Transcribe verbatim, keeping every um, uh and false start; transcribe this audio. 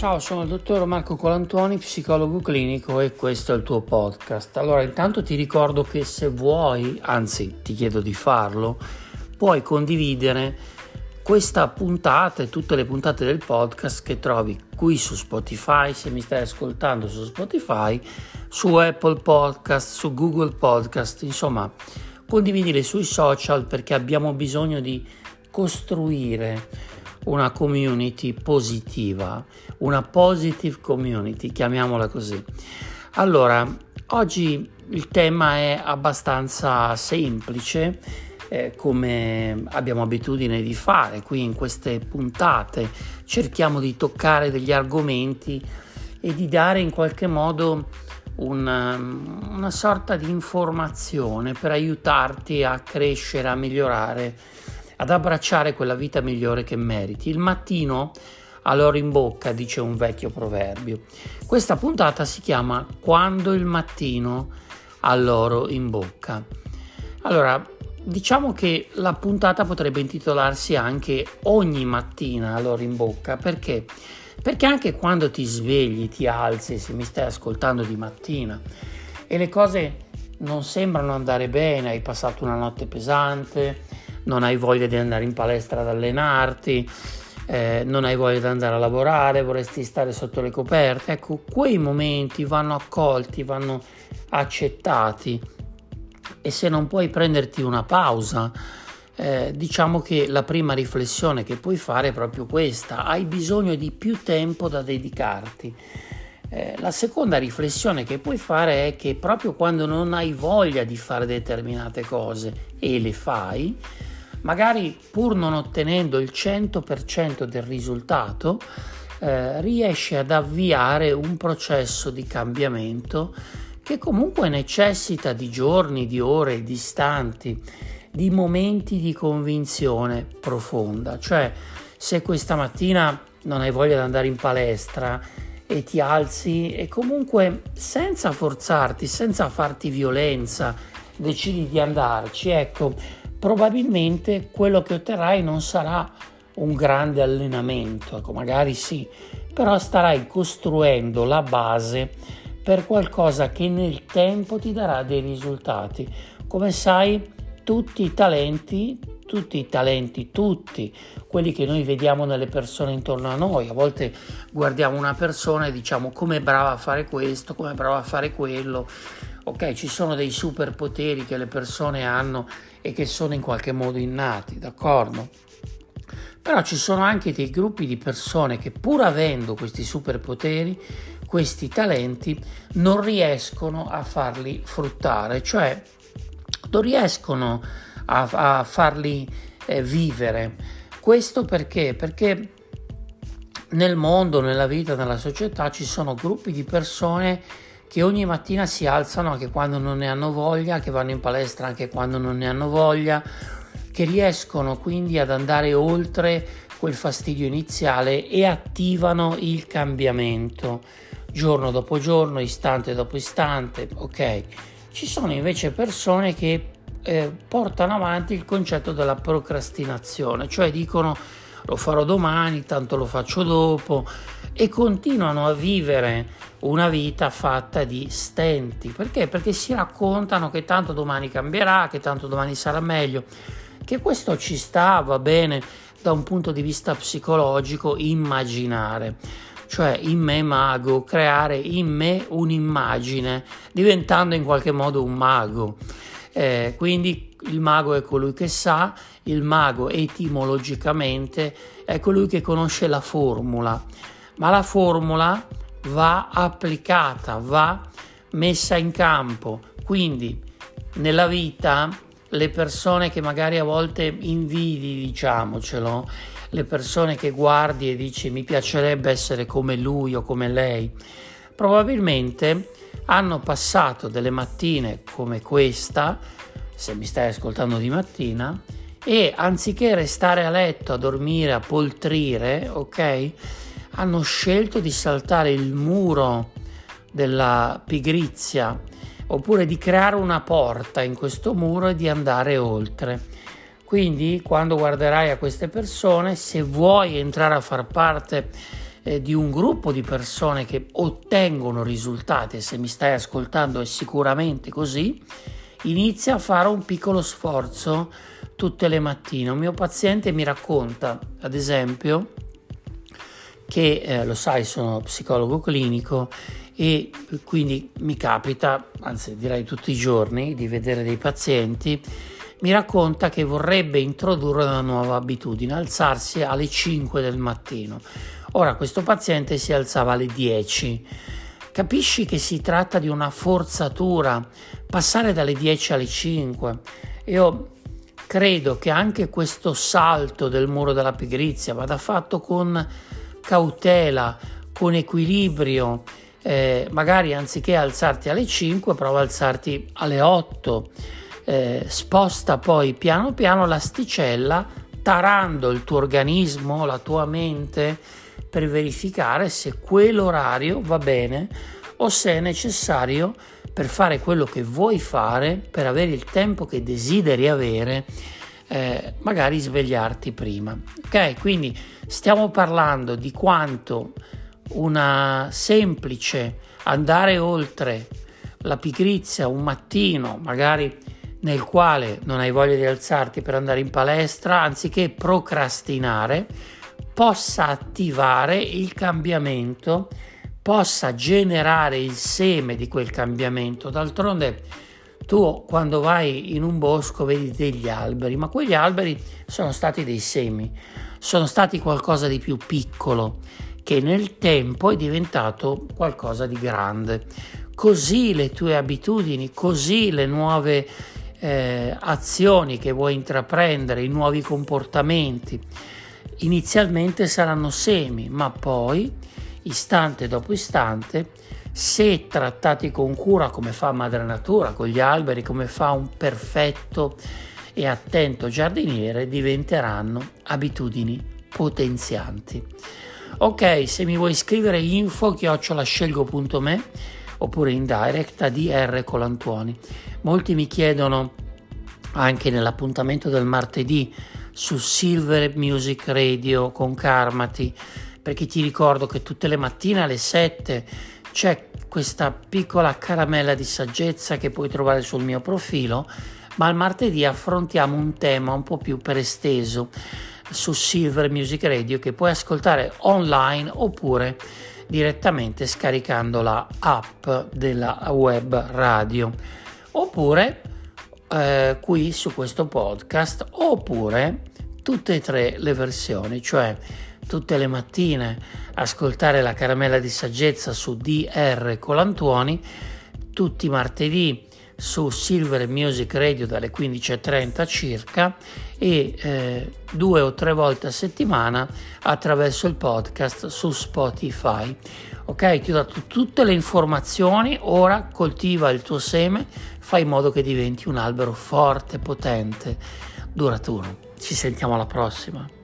Ciao, sono il dottor Marco Colantuoni, psicologo clinico e questo è il tuo podcast. Allora, intanto ti ricordo che se vuoi, anzi ti chiedo di farlo, puoi condividere questa puntata e tutte le puntate del podcast che trovi qui su Spotify, se mi stai ascoltando su Spotify, su Apple Podcast, su Google Podcast, insomma, condividile sui social perché abbiamo bisogno di costruire una community positiva, una positive community, chiamiamola così. Allora, oggi il tema è abbastanza semplice, eh, come abbiamo abitudine di fare qui in queste puntate. Cerchiamo di toccare degli argomenti e di dare in qualche modo una, una sorta di informazione per aiutarti a crescere, a migliorare, ad abbracciare quella vita migliore che meriti. Il mattino ha l'oro in bocca, dice un vecchio proverbio. Questa puntata si chiama Quando il mattino ha l'oro in bocca. Allora, diciamo che la puntata potrebbe intitolarsi anche Ogni mattina ha l'oro in bocca. Perché? Perché anche quando ti svegli, ti alzi, se mi stai ascoltando di mattina, e le cose non sembrano andare bene, hai passato una notte pesante, non hai voglia di andare in palestra ad allenarti, eh, non hai voglia di andare a lavorare, vorresti stare sotto le coperte. Ecco, quei momenti vanno accolti, vanno accettati, e se non puoi prenderti una pausa, eh, diciamo che la prima riflessione che puoi fare è proprio questa: hai bisogno di più tempo da dedicarti. Eh, la seconda riflessione che puoi fare è che proprio quando non hai voglia di fare determinate cose e le fai, magari pur non ottenendo il cento per cento del risultato, eh, riesci ad avviare un processo di cambiamento che comunque necessita di giorni, di ore, di istanti, di momenti di convinzione profonda. Cioè, se questa mattina non hai voglia di andare in palestra e ti alzi e comunque senza forzarti, senza farti violenza, decidi di andarci, ecco, probabilmente quello che otterrai non sarà un grande allenamento, ecco, magari sì, però starai costruendo la base per qualcosa che nel tempo ti darà dei risultati. Come sai, tutti i talenti, tutti i talenti, tutti quelli che noi vediamo nelle persone intorno a noi, a volte guardiamo una persona e diciamo com'è brava a fare questo, com'è brava a fare quello. Ok, ci sono dei superpoteri che le persone hanno e che sono in qualche modo innati, d'accordo? Però ci sono anche dei gruppi di persone che, pur avendo questi superpoteri, questi talenti, non riescono a farli fruttare, cioè non riescono a, a farli eh, vivere. Questo perché? Perché nel mondo, nella vita, nella società ci sono gruppi di persone che ogni mattina si alzano anche quando non ne hanno voglia, che vanno in palestra anche quando non ne hanno voglia, che riescono quindi ad andare oltre quel fastidio iniziale e attivano il cambiamento giorno dopo giorno, istante dopo istante. Ok, ci sono invece persone che eh, portano avanti il concetto della procrastinazione, cioè dicono lo farò domani, tanto lo faccio dopo, e continuano a vivere una vita fatta di stenti. Perché? Perché si raccontano che tanto domani cambierà, che tanto domani sarà meglio, che questo ci sta, va bene da un punto di vista psicologico, immaginare, cioè in me mago, creare in me un'immagine, diventando in qualche modo un mago. Eh, quindi il mago è colui che sa, il mago etimologicamente è colui che conosce la formula, ma la formula va applicata, va messa in campo. Quindi nella vita le persone che magari a volte invidi, diciamocelo, le persone che guardi e dici mi piacerebbe essere come lui o come lei, probabilmente hanno passato delle mattine come questa, se mi stai ascoltando di mattina, e anziché restare a letto a dormire, a poltrire, ok, hanno scelto di saltare il muro della pigrizia, oppure di creare una porta in questo muro e di andare oltre. Quindi quando guarderai a queste persone, se vuoi entrare a far parte eh, di un gruppo di persone che ottengono risultati, e se mi stai ascoltando è sicuramente così, inizia a fare un piccolo sforzo tutte le mattine. Un mio paziente mi racconta, ad esempio, che eh, lo sai, sono psicologo clinico e quindi mi capita, anzi direi tutti i giorni, di vedere dei pazienti. Mi racconta che vorrebbe introdurre una nuova abitudine, alzarsi alle cinque del mattino. Ora questo paziente si alzava alle dieci. Capisci che si tratta di una forzatura, passare dalle dieci alle cinque. Io credo che anche questo salto del muro della pigrizia vada fatto con cautela, con equilibrio, eh, magari anziché alzarti alle cinque prova ad alzarti alle otto, eh, sposta poi piano piano l'asticella, tarando il tuo organismo, la tua mente, per verificare se quell'orario va bene o se è necessario per fare quello che vuoi fare, per avere il tempo che desideri avere, eh, magari svegliarti prima. Ok, quindi stiamo parlando di quanto una semplice andare oltre la pigrizia un mattino, magari nel quale non hai voglia di alzarti per andare in palestra, anziché procrastinare, possa attivare il cambiamento, possa generare il seme di quel cambiamento. D'altronde tu quando vai in un bosco vedi degli alberi, ma quegli alberi sono stati dei semi, sono stati qualcosa di più piccolo che nel tempo è diventato qualcosa di grande. Così le tue abitudini, così le nuove eh, azioni che vuoi intraprendere, i nuovi comportamenti, inizialmente saranno semi, ma poi, istante dopo istante, se trattati con cura come fa Madre Natura, con gli alberi, come fa un perfetto e attento giardiniere, diventeranno abitudini potenzianti. Ok, se mi vuoi scrivere info chiocciola scelgo punto me oppure in direct a D R Colantuoni. Molti mi chiedono anche nell'appuntamento del martedì su Silver Music Radio con Karmati, perché ti ricordo che tutte le mattine alle sette c'è questa piccola caramella di saggezza che puoi trovare sul mio profilo, ma il martedì affrontiamo un tema un po' più per esteso su Silver Music Radio, che puoi ascoltare online oppure direttamente scaricando la app della web radio, oppure eh, qui su questo podcast, oppure tutte e tre le versioni, cioè tutte le mattine ascoltare la caramella di saggezza su D R Colantuoni, tutti i martedì su Silver Music Radio dalle quindici e trenta circa e eh, due o tre volte a settimana attraverso il podcast su Spotify. Ok, ti ho dato tutte le informazioni, ora coltiva il tuo seme, fai in modo che diventi un albero forte, potente, duraturo. Ci sentiamo alla prossima.